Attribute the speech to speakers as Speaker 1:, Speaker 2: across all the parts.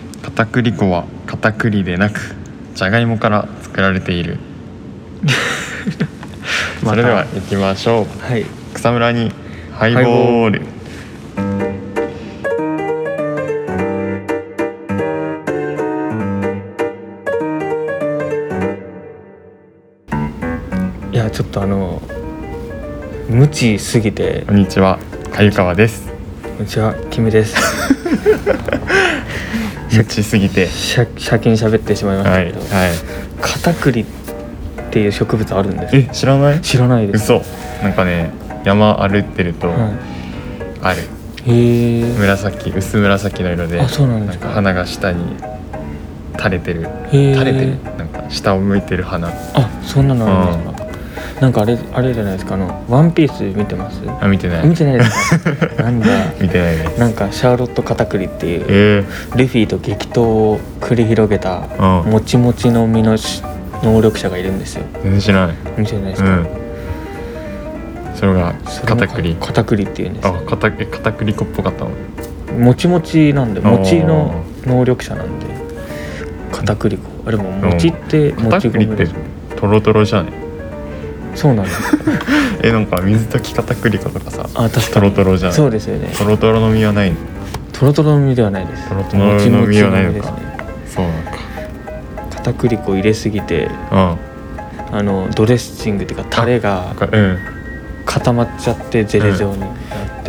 Speaker 1: 片栗粉は片栗でなくじゃがいもから作られているそれでは行きましょう。
Speaker 2: はい、
Speaker 1: 草むらにハイボール。
Speaker 2: いやちょっと無知すぎて。
Speaker 1: こんにちは、かゆかわです。
Speaker 2: こんにちは、キムです
Speaker 1: 無知すぎて
Speaker 2: 先に喋ってしまいましたけど、
Speaker 1: はいはい、
Speaker 2: 片栗っていう植物あるんです。
Speaker 1: 知らない？
Speaker 2: 知らないです。
Speaker 1: 嘘。なんかね、山歩ってると、ある。
Speaker 2: へえ。
Speaker 1: 薄紫の色で、
Speaker 2: あ、そうなんですか。
Speaker 1: なんか花が下に垂れてる、なんか下を向いてる花。
Speaker 2: あ、そんなのあるんですか。なんかあれじゃないですか、ワンピース見てます？
Speaker 1: あ、見てない
Speaker 2: ですかなんだ
Speaker 1: 見てないです。
Speaker 2: なんかシャーロット片栗っていう、ルフィと激闘を繰り広げたもちもちの実の能力者がいるんですよ。
Speaker 1: 全然知らない。
Speaker 2: 見てないですか？
Speaker 1: それが片栗
Speaker 2: っていうんですよ。
Speaker 1: 片栗粉っぽかったの。
Speaker 2: もちもちなんで、餅の能力者なんで片栗粉。あれも餅って
Speaker 1: 片栗ってトロトロじゃね？
Speaker 2: そうなんだ
Speaker 1: なんか水溶き片栗粉とかさ、
Speaker 2: あ、確かに
Speaker 1: トロトロじゃない？
Speaker 2: そうですよね。
Speaker 1: トロトロの実はないの？
Speaker 2: トロトロの実ではないです。
Speaker 1: トロトロの実はないのか。そうなんか。
Speaker 2: 片栗粉入れすぎて、ドレッシングっていうかタレが固まっちゃってジェレ状になって、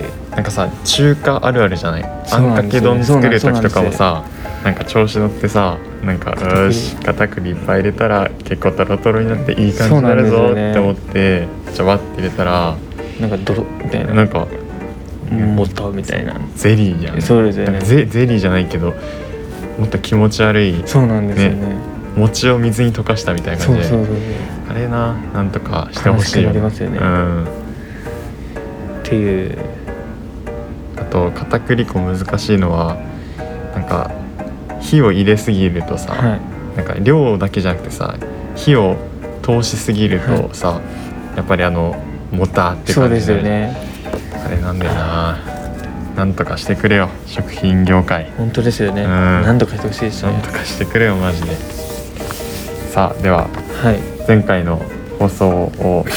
Speaker 1: なんかさ、中華あるあるじゃない？あんかけ丼作る時とかもさ、なんか調子乗ってさ、なんかよし片栗いっぱい入れたら結構トロトロになっていい感じになるぞって思ってジャバって入れたら
Speaker 2: なんかドロみたいな、
Speaker 1: なんか
Speaker 2: もったみたいな
Speaker 1: ゼリーじゃん。
Speaker 2: そうですよね。
Speaker 1: ゼリーじゃないけどもっと気持ち悪い。
Speaker 2: そうなんですよね。
Speaker 1: 餅を水に溶かしたみたいな感じで、あれなんとかしてほしいよね。
Speaker 2: 悲しくなりますよね。っていう。
Speaker 1: あと片栗粉難しいのはなんか火を入れすぎるとさ、なんか量だけじゃなくてさ、火を通しすぎるとさ、やっぱりもたって感じで。
Speaker 2: そうですよね。
Speaker 1: あれなんだよな。なんとかしてくれよ、食品業界。
Speaker 2: 本当ですよね。なんとかしてほしいですね。
Speaker 1: なんとかしてくれよマジで。さあでは、前回の放送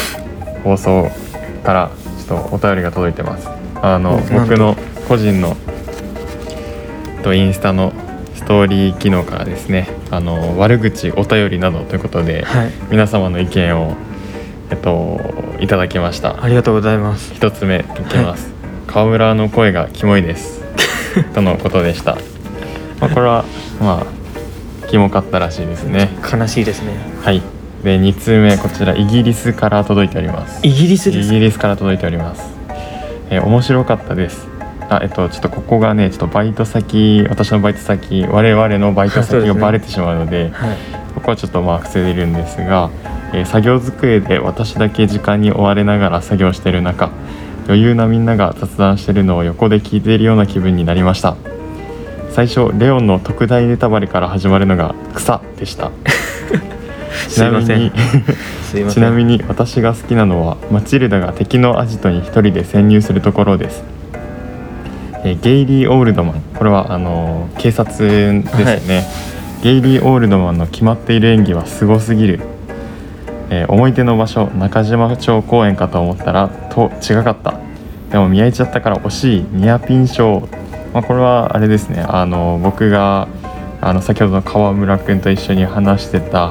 Speaker 1: からちょっとお便りが届いてます。僕の個人のインスタのストーリー機能からですね、悪口お便りなどということで、皆様の意見をいただきました。
Speaker 2: ありがとうございます。
Speaker 1: 一つ目いきます。川村の声がキモいですとのことでした。これはキモかったらしいですね。
Speaker 2: 悲しいですね。
Speaker 1: はい。で2通目、こちらイギリスから届いております。
Speaker 2: イギリス
Speaker 1: から届いております。面白かったです。ちょっとここがね、ちょっと私のバイト先、我々のバイト先がバレてしまうので、ここはちょっと伏せるんですが、作業机で私だけ時間に追われながら作業している中、余裕なみんなが雑談しているのを横で聞いているような気分になりました。最初レオンの特大ネタバレから始まるのが草でしたちなみに私が好きなのはマチルダが敵のアジトに一人で潜入するところです。ゲイリー・オールドマン、これは警察ですね。ゲイリー・オールドマンの決まっている演技はすごすぎる。思い出の場所中島町公園かと思ったら違かった。でも見合いちゃったから惜しいニアピン賞。これはあれですね、僕が先ほどの川村くんと一緒に話してた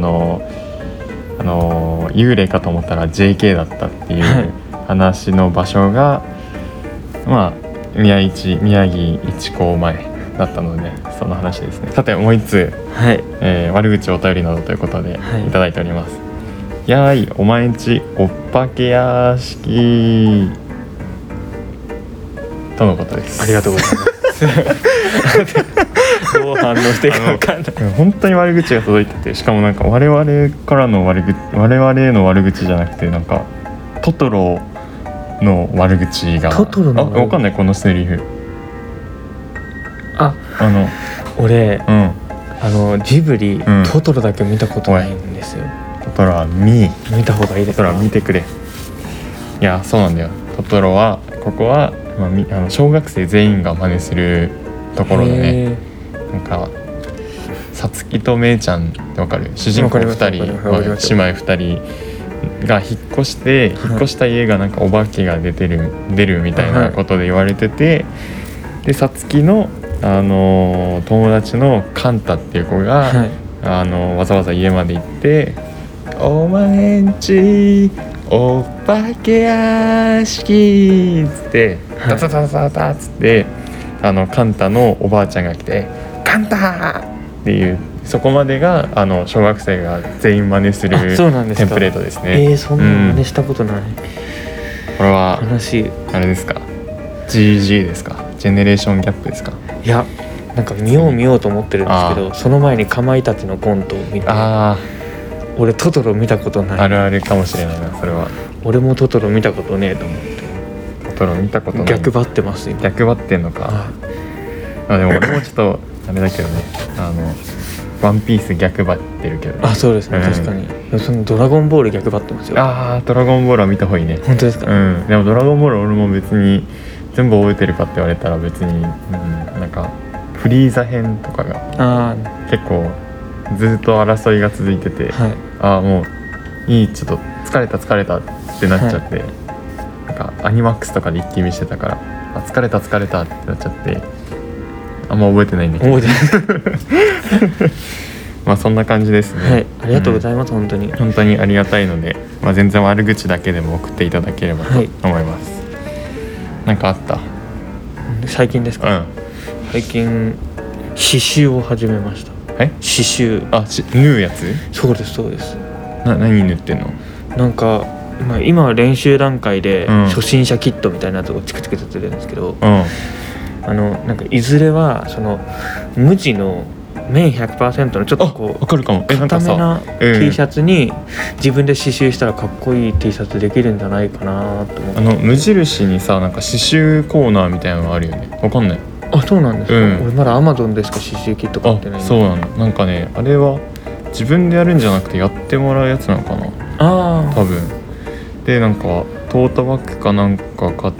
Speaker 1: 幽霊かと思ったら JK だったっていう話の場所が、宮城一高前だったので、その話ですね。さてもう一通、悪口お便りなどということでいただいております。やーいお前んちおっぱけ屋敷とのことです。
Speaker 2: ありがとうございますどう反応していいか分かんない。
Speaker 1: 本当に悪口が届いてて、しかもなんか我々への悪口じゃなくて、なんかトトロの悪口が。分かんないこのセリフ。
Speaker 2: 俺、ジブリ、トトロだけ見たことないんですよ。
Speaker 1: トトロは見
Speaker 2: た方がいいですか？
Speaker 1: トトロは見てくれ。いやそうなんだよ。トトロはここは、小学生全員が真似するところだね。 なんかさつきとめいちゃんってわかる？主人公2人、姉妹2人が引っ越した家がなんかお化けが出るみたいなことで言われてて、でさつきの、友達のカンタっていう子が、わざわざ家まで行ってお前んちお化け屋敷っつってタタタタタっつってカンタのおばあちゃんが来てカンタっていう、そこまでが小学生が全員真似するテンプレートですね。
Speaker 2: そんな真似したことない、
Speaker 1: これは
Speaker 2: 話
Speaker 1: あれですか、 GG ですか、ジェネレーションギャップですか？
Speaker 2: いや、なんか見ようと思ってるんですけど、その前にかまいたちのコントを見て、俺トトロ見たことない。
Speaker 1: あるあるかもしれないな、それは。
Speaker 2: 俺もトトロ見たことねえと思って。
Speaker 1: トトロ見たことない。
Speaker 2: 逆張ってます今。
Speaker 1: 逆張ってんのか。でも俺もちょっとあれだけどね、ワンピース逆張ってるけどね。
Speaker 2: そうですね、確かに。そのドラゴンボール逆張ってますよ。
Speaker 1: ドラゴンボールは見た方がいいね。
Speaker 2: 本当ですか？
Speaker 1: でもドラゴンボール俺も別に全部覚えてるかって言われたら別に、なんかフリーザ編とかが結構ずっと争いが続いてて、もういい、ちょっと疲れたってなっちゃって、なんかアニマックスとかで一気見してたから、疲れたってなっちゃってあんま覚えてないんだけど。覚えてないまあそんな感じですね。
Speaker 2: ありがとうございます、本当に
Speaker 1: ありがたいので、全然悪口だけでも送っていただければと思います。なんかあった？
Speaker 2: 最近ですか？最近刺繍を始めました。刺繍。
Speaker 1: 縫うやつ？そう
Speaker 2: です。
Speaker 1: 何縫ってんの？
Speaker 2: なんか今は練習段階で初心者キットみたいなやつをチクチクやってるんですけど、なんかいずれはその無地の綿 100% のちょっとこう
Speaker 1: わかるかも。
Speaker 2: 固めな T シャツに自分で刺繍したらかっこいい T シャツできるんじゃないかなと思って。
Speaker 1: 無印にさ、なんか刺繍コーナーみたいなのあるよね。わかんない？
Speaker 2: そうなんですか？俺まだ Amazon でしか刺繍キット買ってない。
Speaker 1: そうなんだ。なんかね、あれは自分でやるんじゃなくてやってもらうやつなのかな、多分。でなんかトートバッグかなんか買って、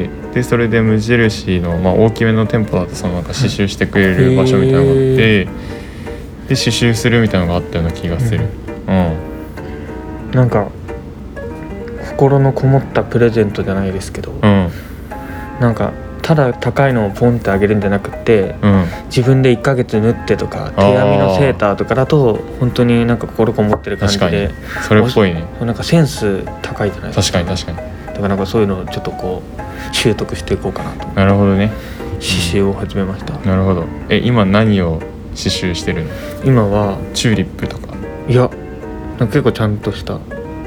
Speaker 1: でそれで無印の、大きめの店舗だとそのなんか刺繍してくれる場所みたいなのがあって、で刺繍するみたいなのがあったような気がする。
Speaker 2: なんか心のこもったプレゼントじゃないですけど、なんかただ高いのをポンってあげるんじゃなくて、自分で1ヶ月縫ってとか手編みのセーターとかだと本当になんか心こもってる感じで、
Speaker 1: それっぽいね。
Speaker 2: なんかセンス高いじゃないですか。
Speaker 1: 確かに。
Speaker 2: だからなんかそういうのをちょっとこう習得していこうかなと。
Speaker 1: なるほどね。
Speaker 2: 刺繍を始めました。
Speaker 1: なるほど。今何を刺繍してるの？
Speaker 2: 今は
Speaker 1: チューリップとか？
Speaker 2: いや、なんか結構ちゃんとした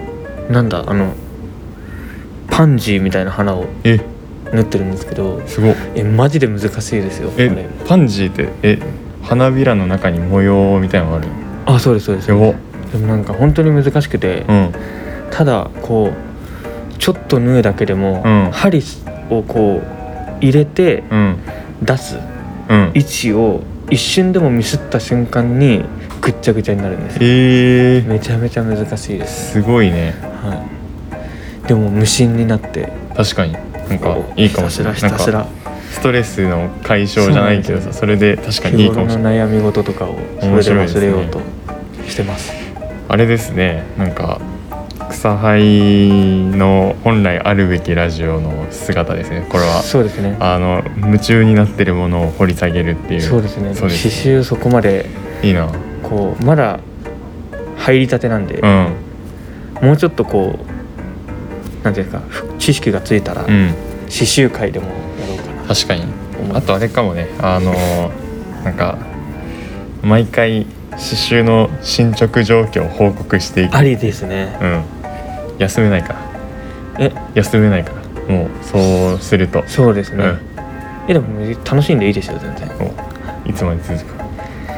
Speaker 2: パンジーみたいな花を縫ってるんですけど、
Speaker 1: すごい。
Speaker 2: マジで難しいですよ。
Speaker 1: パンジーって花びらの中に模様みたいなのがある？
Speaker 2: そうです。でもなんか本当に難しくて、ただこうちょっと縫うだけでも、針をこう入れて出す位置を一瞬でもミスった瞬間にぐっちゃぐちゃになるんですよ。めちゃめちゃ難しいです。
Speaker 1: すごいね。
Speaker 2: でも無心になって。
Speaker 1: 確かになんかいいかもしれない。
Speaker 2: ひたすら
Speaker 1: ストレスの解消じゃないけどさ、それで確かにいいかもしれない。
Speaker 2: 日頃の悩み事とかをそれで忘れようとしてます。
Speaker 1: あれですね、なんか草灰の本来あるべきラジオの姿ですね、これは。
Speaker 2: そうですね。
Speaker 1: 夢中になってるものを掘り下げるっていう。そうですね。
Speaker 2: 刺繍そこまで
Speaker 1: いいな。
Speaker 2: こうまだ入りたてなんで、もうちょっとこうなんていうか知識がついたら、刺繍会でもやろうかな。
Speaker 1: 確かに。あとあれかもね、なんか毎回刺繍の進捗状況を報告していく。
Speaker 2: ありですね。
Speaker 1: 休めないから休めないからもうそうすると。
Speaker 2: そうですね。でも楽しんでいいですよ全然。
Speaker 1: いつまで続くか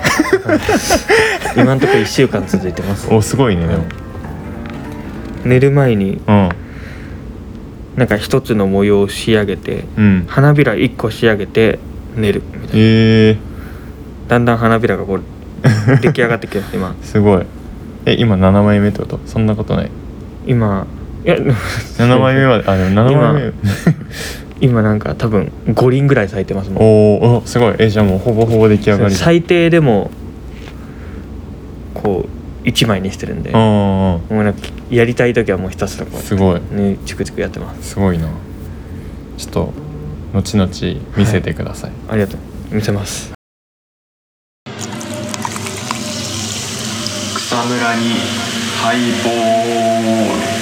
Speaker 2: 今のところ1週間続いてます。
Speaker 1: すごいね。でも
Speaker 2: 寝る前になんか一つの模様を仕上げて、花びら1個仕上げて寝るみたいな。だんだん花びらがこう出来上がってきます今。
Speaker 1: すごい。今7枚目ってこと？そんなことない。
Speaker 2: 今いや
Speaker 1: 7枚目は7枚目
Speaker 2: 今なんか多分5輪ぐらい咲いてますもん。
Speaker 1: おすごい。じゃあもうほぼほぼ出来上がりだ。
Speaker 2: 最低でもこう1枚にしてるんで、もうなんかやりたい時はもうひたすらこう
Speaker 1: すごい
Speaker 2: ね、チクチクやってます。
Speaker 1: すごいな。ちょっと後々見せてください。
Speaker 2: ありがとう。見せます。
Speaker 1: 草むらにハイボール。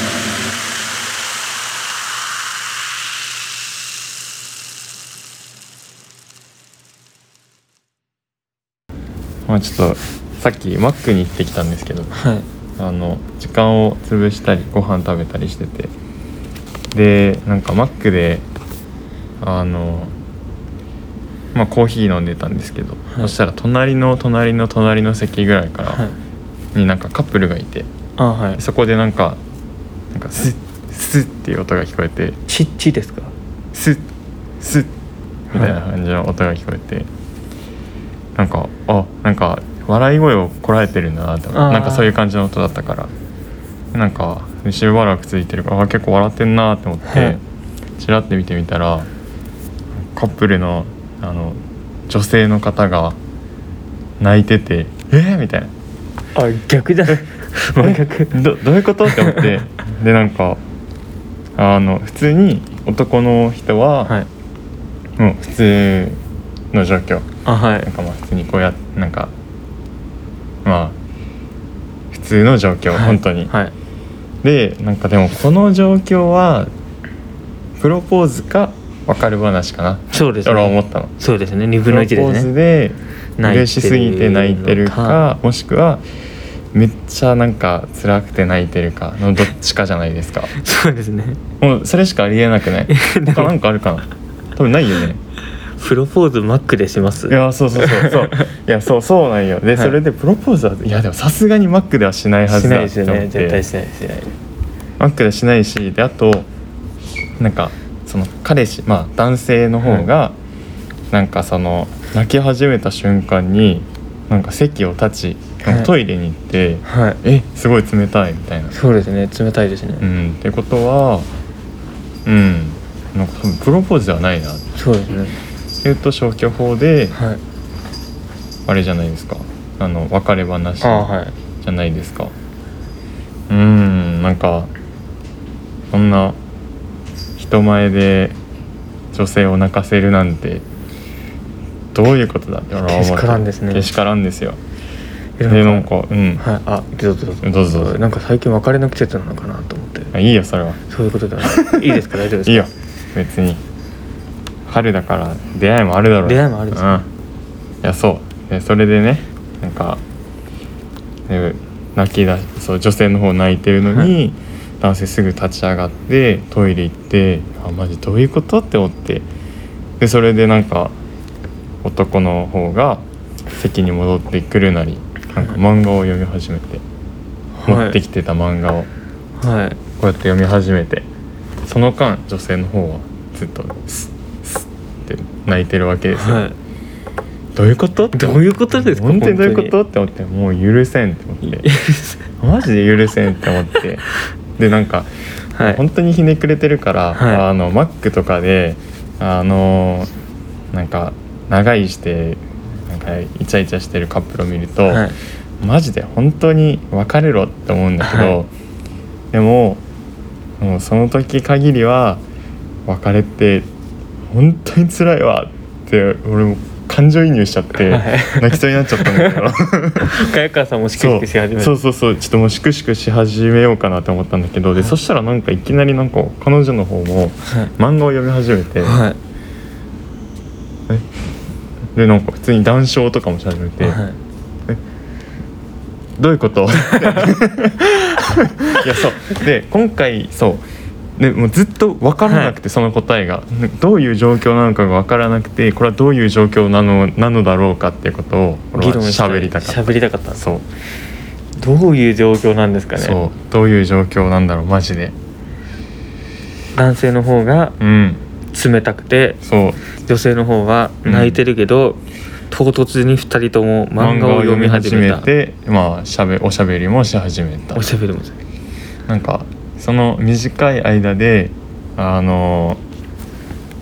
Speaker 1: まあちょっとさっきマックに行ってきたんですけど、
Speaker 2: はい、
Speaker 1: 時間を潰したりご飯食べたりしてて、でなんかマックでまあコーヒー飲んでたんですけど、そしたら隣の席ぐらいからになんかカップルがいて、そこでなんかスッスッっていう音が聞こえて、
Speaker 2: チッチですか？
Speaker 1: スッスッみたいな感じの音が聞こえて、なんか笑い声をこらえてるんだなって、なんかそういう感じの音だったから、なんかしばらくついてるから結構笑ってんなって思って、チラッて見てみたらカップルの女性の方が泣いてて、みたいな。
Speaker 2: 逆だ。逆
Speaker 1: どういうことって思ってでなんか普通に男の人は、もう普通の状況、なんかまあ普通にこうなんかまあ普通の状況、本当に、でなんかでもこの状況はプロポーズか別れ話かな。
Speaker 2: そうですね。
Speaker 1: 俺は思ったの。
Speaker 2: そうですね。2分の1ですね。
Speaker 1: プロポーズで嬉しすぎて泣いてるか、もしくはめっちゃなんか辛くて泣いてるかのどっちかじゃないですか。
Speaker 2: そうですね。
Speaker 1: もうそれしかありえなくない？他なんかあるかな？多分ないよね。
Speaker 2: プロポーズマックでします。
Speaker 1: いやそういやそうなんよ。で、それでプロポーズはいやでもさすがにマックではしないはずだって思って。
Speaker 2: 絶対しない。
Speaker 1: マックではしないし、であとなんかその彼氏、まあ男性の方がなんかその泣き始めた瞬間になんか席を立ち、トイレに行って、すごい冷たいみたいな。
Speaker 2: そうですね、冷たいですね。
Speaker 1: ってことはなんか多分プロポーズではないな。
Speaker 2: そうですね。
Speaker 1: 消去法で、あれじゃないですか、別れ話じゃないですか。なんかそんな人前で女性を泣かせるなんてどういうことだって俺は思って。けしからんですね。けしからんですよ。でなんかどうぞ。
Speaker 2: なんか最近別れの季節なのかなと思って。
Speaker 1: いいよそれは。
Speaker 2: そういうことではいいですか？大丈夫ですか？
Speaker 1: いいよ別に。春だから出会いもあるだろう。
Speaker 2: 出会いもあるですね。
Speaker 1: いやそうでそれでね、なんか女性の方泣いてるのに、男性すぐ立ち上がってトイレ行って、マジどういうことって思って、でそれでなんか男の方が席に戻ってくるなり、なんか漫画を読み始めて、持ってきてた漫画をこうやって読み始めて、その間女性の方はずっとスッって泣いてるわけですよ。どういうことって
Speaker 2: どういうことですか？
Speaker 1: 本当にどういうことって思って、もう許せんって思ってマジで許せんって思ってでなんか、本当にひねくれてるから、マックとかでなんか長居してなんかイチャイチャしてるカップルを見ると、マジで本当に別れろって思うんだけど、でもうその時限りは別れって本当に辛いわって俺も感情移入しちゃって、泣きそうになっちゃったんだけど
Speaker 2: 茅川さんもシクシクし始めた。
Speaker 1: そうちょっともうシクシクし始めようかなと思ったんだけど、でそしたらなんかいきなりなんか彼女の方も漫画を読み始めて、でなんか普通に談笑とかもし始めて、どういうこといやそうで今回でもうずっと分からなくて、その答えがどういう状況なのかが分からなくて、これはどういう状況なのだろうかっていうことを俺は喋りたかった。そう
Speaker 2: どういう状況なんですかね。
Speaker 1: そうどういう状況なんだろうマジで。
Speaker 2: 男性の方が冷たくて、女性の方は泣いてるけど、唐突に2人とも漫画を読み始めて、
Speaker 1: おしゃべりもし始めた。なんかその短い間で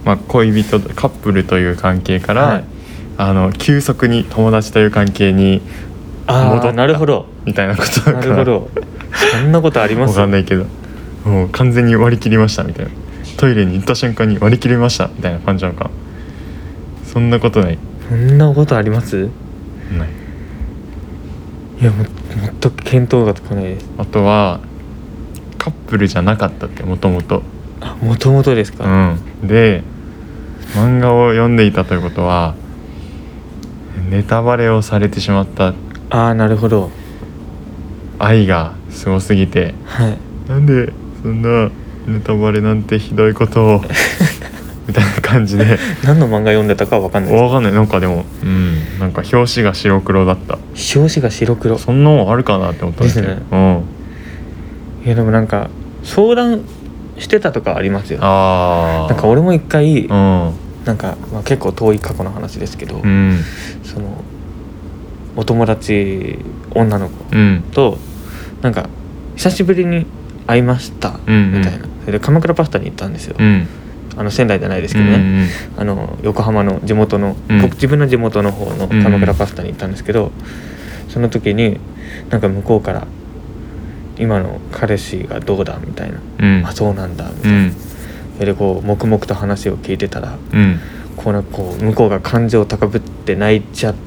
Speaker 1: まあ、恋人カップルという関係から、はい、急速に友達という関係に戻った
Speaker 2: なるほど
Speaker 1: みたいなことだから。なるほど、
Speaker 2: そんなことあります？
Speaker 1: 分かんないけど、もう完全に割り切りましたみたいな、トイレに行った瞬間に割り切りましたみたいな感じなのか。そんなことない？
Speaker 2: そんなことあります？
Speaker 1: ない。
Speaker 2: いや、全く見当がつかないです。
Speaker 1: あとはカップルじゃなかったって、もともと。
Speaker 2: もともとですか？
Speaker 1: うん。で漫画を読んでいたということはネタバレをされてしまった。
Speaker 2: なるほど。
Speaker 1: 愛がすごすぎて、
Speaker 2: はい、
Speaker 1: なんでそんなネタバレなんてひどいことをみたいな感じで
Speaker 2: 何の漫画読んでたか分かんないです。
Speaker 1: 分かんない。なんかでも、なんか表紙が白黒だった。
Speaker 2: 表紙が白黒、
Speaker 1: そんなのあるかなって思ったんですけど。
Speaker 2: ですね。いやでもなんか相談してたとかありますよ。なんか俺も一回、なんか、結構遠い過去の話ですけど、そのお友達女の子と、なんか久しぶりに会いましたみたいな、それで鎌倉パスタに行ったんですよ。仙台じゃないですけどね、横浜の地元の、自分の地元の方の鎌倉パスタに行ったんですけど、その時になんか向こうから今の彼氏がどうだみたいな、そうなんだみたいな、それでこう黙々と話を聞いてたら、こうなんかこう向こうが感情高ぶって泣いちゃって、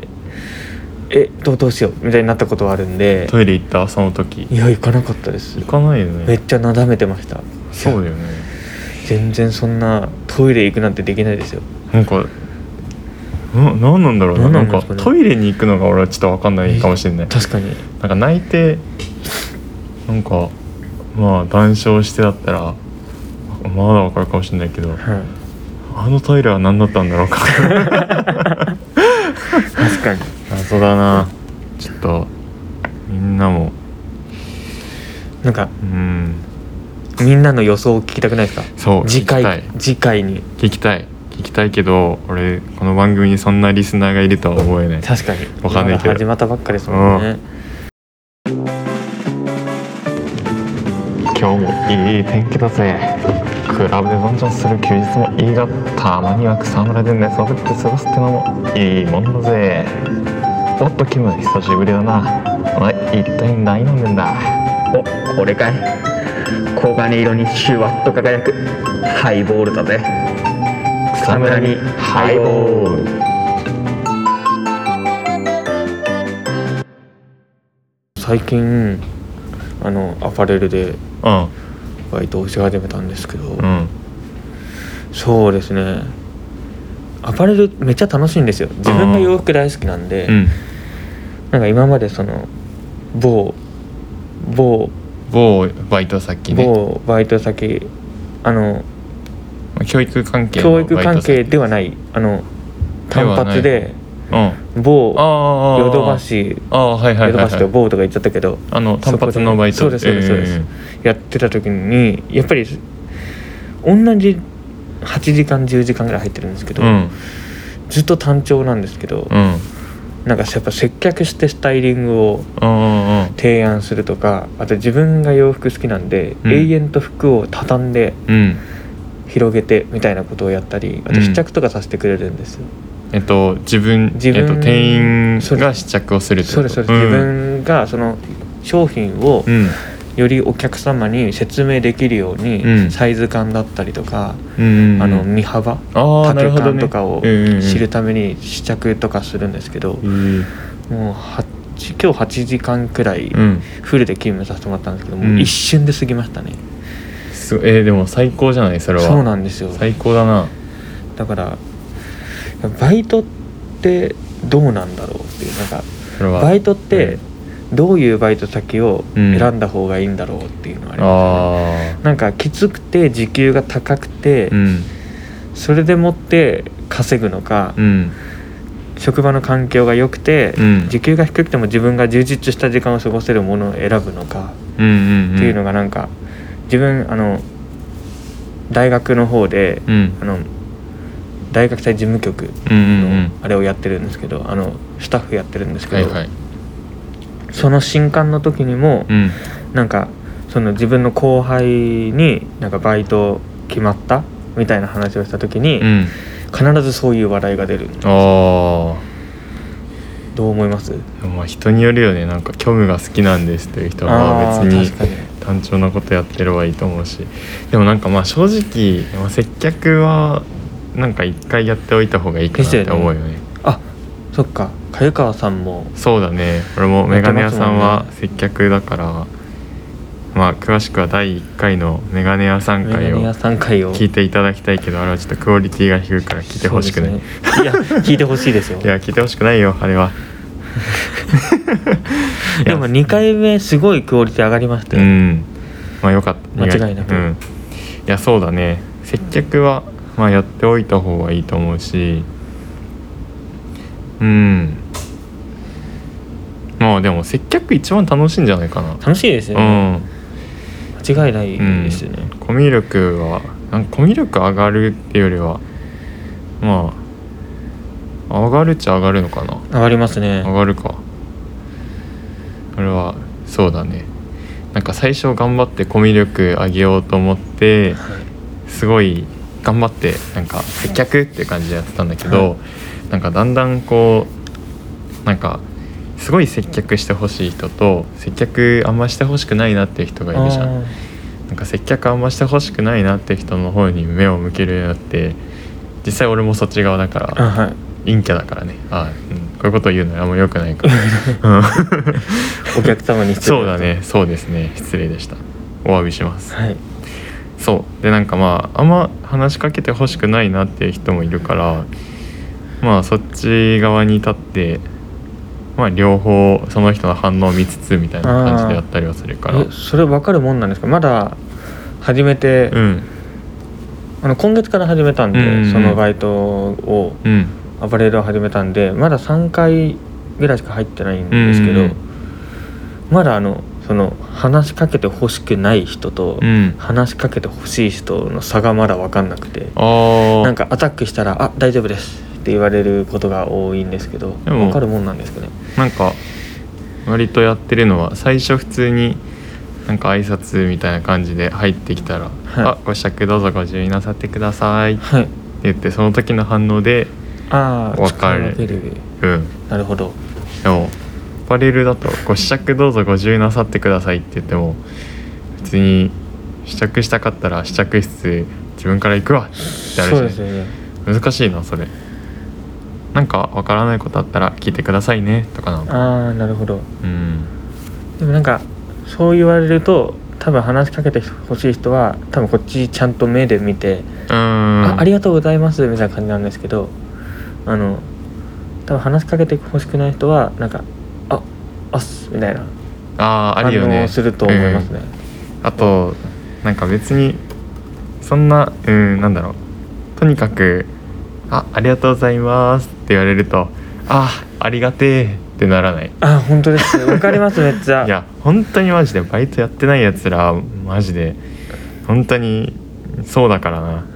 Speaker 2: どうしようみたいになったことはあるんで。
Speaker 1: トイレ行った？その時。
Speaker 2: いや、行かなかったです。
Speaker 1: 行かないよね。
Speaker 2: めっちゃなだめてました。
Speaker 1: そうだよね。
Speaker 2: 全然そんなトイレ行くなんてできないですよ。
Speaker 1: なんか何なんだろうな。なんかトイレに行くのが俺はちょっと分かんないかもしれない。
Speaker 2: 確かに。
Speaker 1: なんか泣いてなんかまあ談笑してだったらまだ分かるかもしれないけど、あのトイレは何だったんだろうか。
Speaker 2: 確かに
Speaker 1: 謎だな。ちょっとみんなも
Speaker 2: なんかみんなの予想を聞きたくないですか？
Speaker 1: そう、
Speaker 2: 次回に
Speaker 1: 聞きたいけど、俺この番組にそんなリスナーがいるとは思えない。
Speaker 2: 確かに。
Speaker 1: わかんないけど、
Speaker 2: 始まったばっかですもんね。
Speaker 1: 今日もいい天気だぜ。クラブでどんじょんする休日もいいが、たまには草むらで寝そべって過ごすってのもいいもんだぜ。おっとキム、久しぶりだな。おい、一体何飲んでんだ？
Speaker 2: これかい。黄金色にシュワッと輝くハイボールだぜ。草むらにハイボール。最近アパレルでバイトをし始めたんですけど、そうですね、アパレルめっちゃ楽しいんですよ。自分が洋服大好きなんで、なんか今までその某
Speaker 1: バイト先ね。
Speaker 2: 某バイト先、
Speaker 1: 教育関係
Speaker 2: ではない単発で某ヨドバシと某とか言っちゃったけど、
Speaker 1: 単発のバイト。
Speaker 2: そうです、やってた時にやっぱり同じ8時間10時間ぐらい入ってるんですけど、ずっと単調なんですけど、なんかやっぱ接客してスタイリングを提案するとか、あと自分が洋服好きなんで、永遠と服を畳んで広げてみたいなことをやったり、あと試着とかさせてくれるんですよ。
Speaker 1: 自分店員が試着をするってこと？
Speaker 2: そうです、自分がその商品をよりお客様に説明できるように、サイズ感だったりとか、身幅、丈感とかを知るために試着とかするんですけど、もう今日8時間くらいフルで勤務させてもらったんですけど、もう一瞬で過ぎましたね。
Speaker 1: でも最高じゃない？それは。
Speaker 2: そうなんですよ。
Speaker 1: 最高だな。
Speaker 2: だからバイトってどうなんだろうっていう、なんかバイトってどういうバイト先を選んだ方がいいんだろうっていうのはありますよね。なんかきつくて時給が高くて、それでもって稼ぐのか、職場の環境が良くて、時給が低くても自分が充実した時間を過ごせるものを選ぶのかっていうのが、なんか自分大学の方で、大学祭事務局のあれをやってるんですけど、スタッフやってるんですけど、その新歓の時にも、なんかその自分の後輩になんかバイト決まったみたいな話をした時に、
Speaker 1: うん、
Speaker 2: 必ずそういう話題が出る。
Speaker 1: あ
Speaker 2: どう思います？
Speaker 1: まあ人によるよね。なんか虚無が好きなんですという人は別に単調なことやってればいいと思うし、でもなんかまあ正直、接客はなんか一回やっておいた方がいいかなって思うよね。
Speaker 2: あ、そっか、鮎川さんも。
Speaker 1: そうだね、俺もメガネ屋さんは接客だから、まあ詳しくは第1回のメガネ屋さん会を聞いていただきたいけど、あれはちょっとクオリティが低いから聞いてほしくない、ね、
Speaker 2: いや聞いてほしいですよ。
Speaker 1: いや聞いてほしくないよあれは
Speaker 2: でも2回目すごいクオリティ上がりましたよ、
Speaker 1: うん、まあよかった、
Speaker 2: 間違いなく、
Speaker 1: うん、いやそうだね、接客はまあやっておいた方がいいと思うし、まあでも接客一番楽しいんじゃないかな。
Speaker 2: 楽しいですよね、間違いないですよね、
Speaker 1: コミュ力はなんかコミュ力上がるっていうよりはまあ上がるっちゃ上がるのかな。
Speaker 2: 上がりますね。
Speaker 1: 上がるか。あれはそうだね。なんか最初頑張ってコミュ力上げようと思って、すごい頑張ってなんか接客って感じでやってたんだけど、なんかだんだんこうなんかすごい接客してほしい人と接客あんましてほしくないなっていう人がいるじゃん。なんか接客あんましてほしくないなっていう人の方に目を向けるようになって、実際俺もそっち側だから、陰キャだからね。こういうことを言うのはあんま良くないから
Speaker 2: お客様に失礼。
Speaker 1: そうだね、そうですね、失礼でした。お詫びします。
Speaker 2: はい。
Speaker 1: そうで、なんかまああんま話しかけてほしくないなっていう人もいるから、まあそっち側に立って、まあ両方その人の反応を見つつみたいな感じでやったりはするから。
Speaker 2: それ分かるもんなんですか？まだ始めて、今月から始めたんで、そのバイトを、アパレルを始めたんで、まだ3回ぐらいしか入ってないんですけど、まだその話しかけてほしくない人と、話しかけてほしい人の差がまだ分かんなくて、なんかアタックしたら大丈夫ですって言われることが多いんですけど、分かるもんなんですかね。
Speaker 1: なんか割とやってるのは、最初普通になんか挨拶みたいな感じで入ってきたら、ご試着どうぞご自由になさってくださいって言って、その時の反応で分かる。な
Speaker 2: るほど。
Speaker 1: でもアパレルだとご試着どうぞご自由なさってくださいって言っても、普通に試着したかったら試着室自分から行くわってあるし、
Speaker 2: そうですよね。
Speaker 1: 難しいなそれ。なんかわからないことあったら聞いてくださいねとかなの。
Speaker 2: なるほど。でもなんかそう言われると、多分話しかけてほしい人は多分こっちちゃんと目で見て、ありがとうございますみたいな感じなんですけど、多分話しかけてほしくない人はなんかあっすみたいな
Speaker 1: あるよね、
Speaker 2: 反応すると思いますね。
Speaker 1: あとなんか別にそんななんだろう、とにかくありがとうございますって言われると、ありがてえってならない。
Speaker 2: 本当ですわかりますめっちゃ。
Speaker 1: いや本当にマジでバイトやってないやつらマジで本当にそうだからな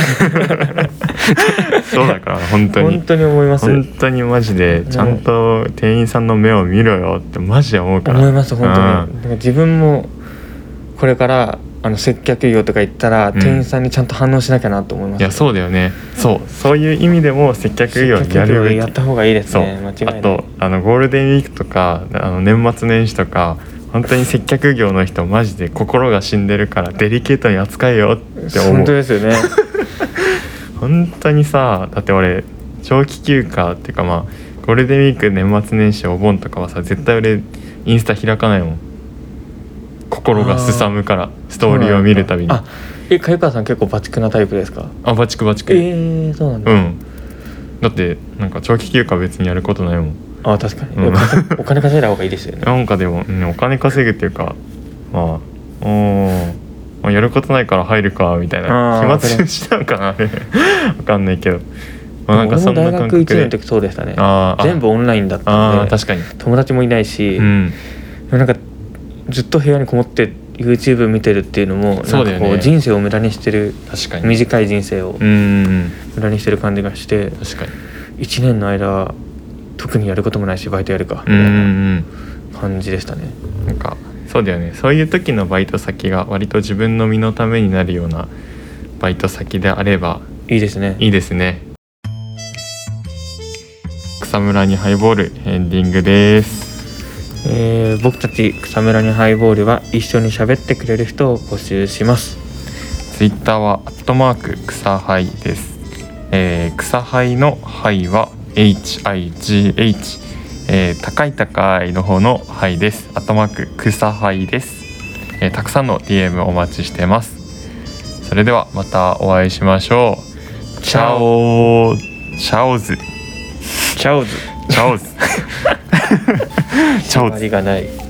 Speaker 1: そうだから本当に思います。本当にマジでちゃんと店員さんの目を見ろよってマジで思うから。
Speaker 2: 思います本当に。だから自分もこれから接客業とか行ったら、店員さんにちゃんと反応しなきゃなと思います。
Speaker 1: いやそうだよね。そういう意味でも接客業
Speaker 2: やった方がいいですね。間違いない。
Speaker 1: あとゴールデンウィークとか年末年始とか本当に接客業の人マジで心が死んでるから、デリケートに扱えよって思う。
Speaker 2: 本当ですよね
Speaker 1: 本当にさ、だって俺長期休暇っていうか、まあゴールデンウィーク年末年始お盆とかはさ、絶対俺インスタ開かないもん。心がすさむから、ストーリーを見るたびに。
Speaker 2: 鮎川さん結構バチクなタイプですか？
Speaker 1: バチク
Speaker 2: そうなんだ。
Speaker 1: だってなんか長期休暇別にやることないもん。
Speaker 2: 確かに、お金稼いだ方がいいですよね。
Speaker 1: なんかでも、お金稼ぐっていうか、まあやることないから入るかみたいな、暇つぶしなのかな分かんないけど、
Speaker 2: なんかそんな感覚で。俺も大学1年の時そうでしたね。全部オンラインだったんで、
Speaker 1: 確かに
Speaker 2: 友達もいないし、なんかずっと部屋にこもって YouTube 見てるっていうのも、なんかこう人生を無駄にしてる、短い人生を無駄にしてる感じがして、
Speaker 1: 確かに
Speaker 2: 1年の間特にやることもないしバイトやるかみたいな感じでしたね。
Speaker 1: なんかそうだよね。そういう時のバイト先が割と自分の身のためになるようなバイト先であれば
Speaker 2: いいですね。
Speaker 1: いいですね。草むらにハイボールエンディングです。
Speaker 2: 僕たち草むらにハイボールは一緒に喋ってくれる人を募集します。
Speaker 1: ツイッターは草ハイです。草ハイのハイは HIGH、高いの方のハイです。草ハイです。たくさんの DM お待ちしてます。それではまたお会いしましょう。チャオズチャオズ
Speaker 2: 決まりがない。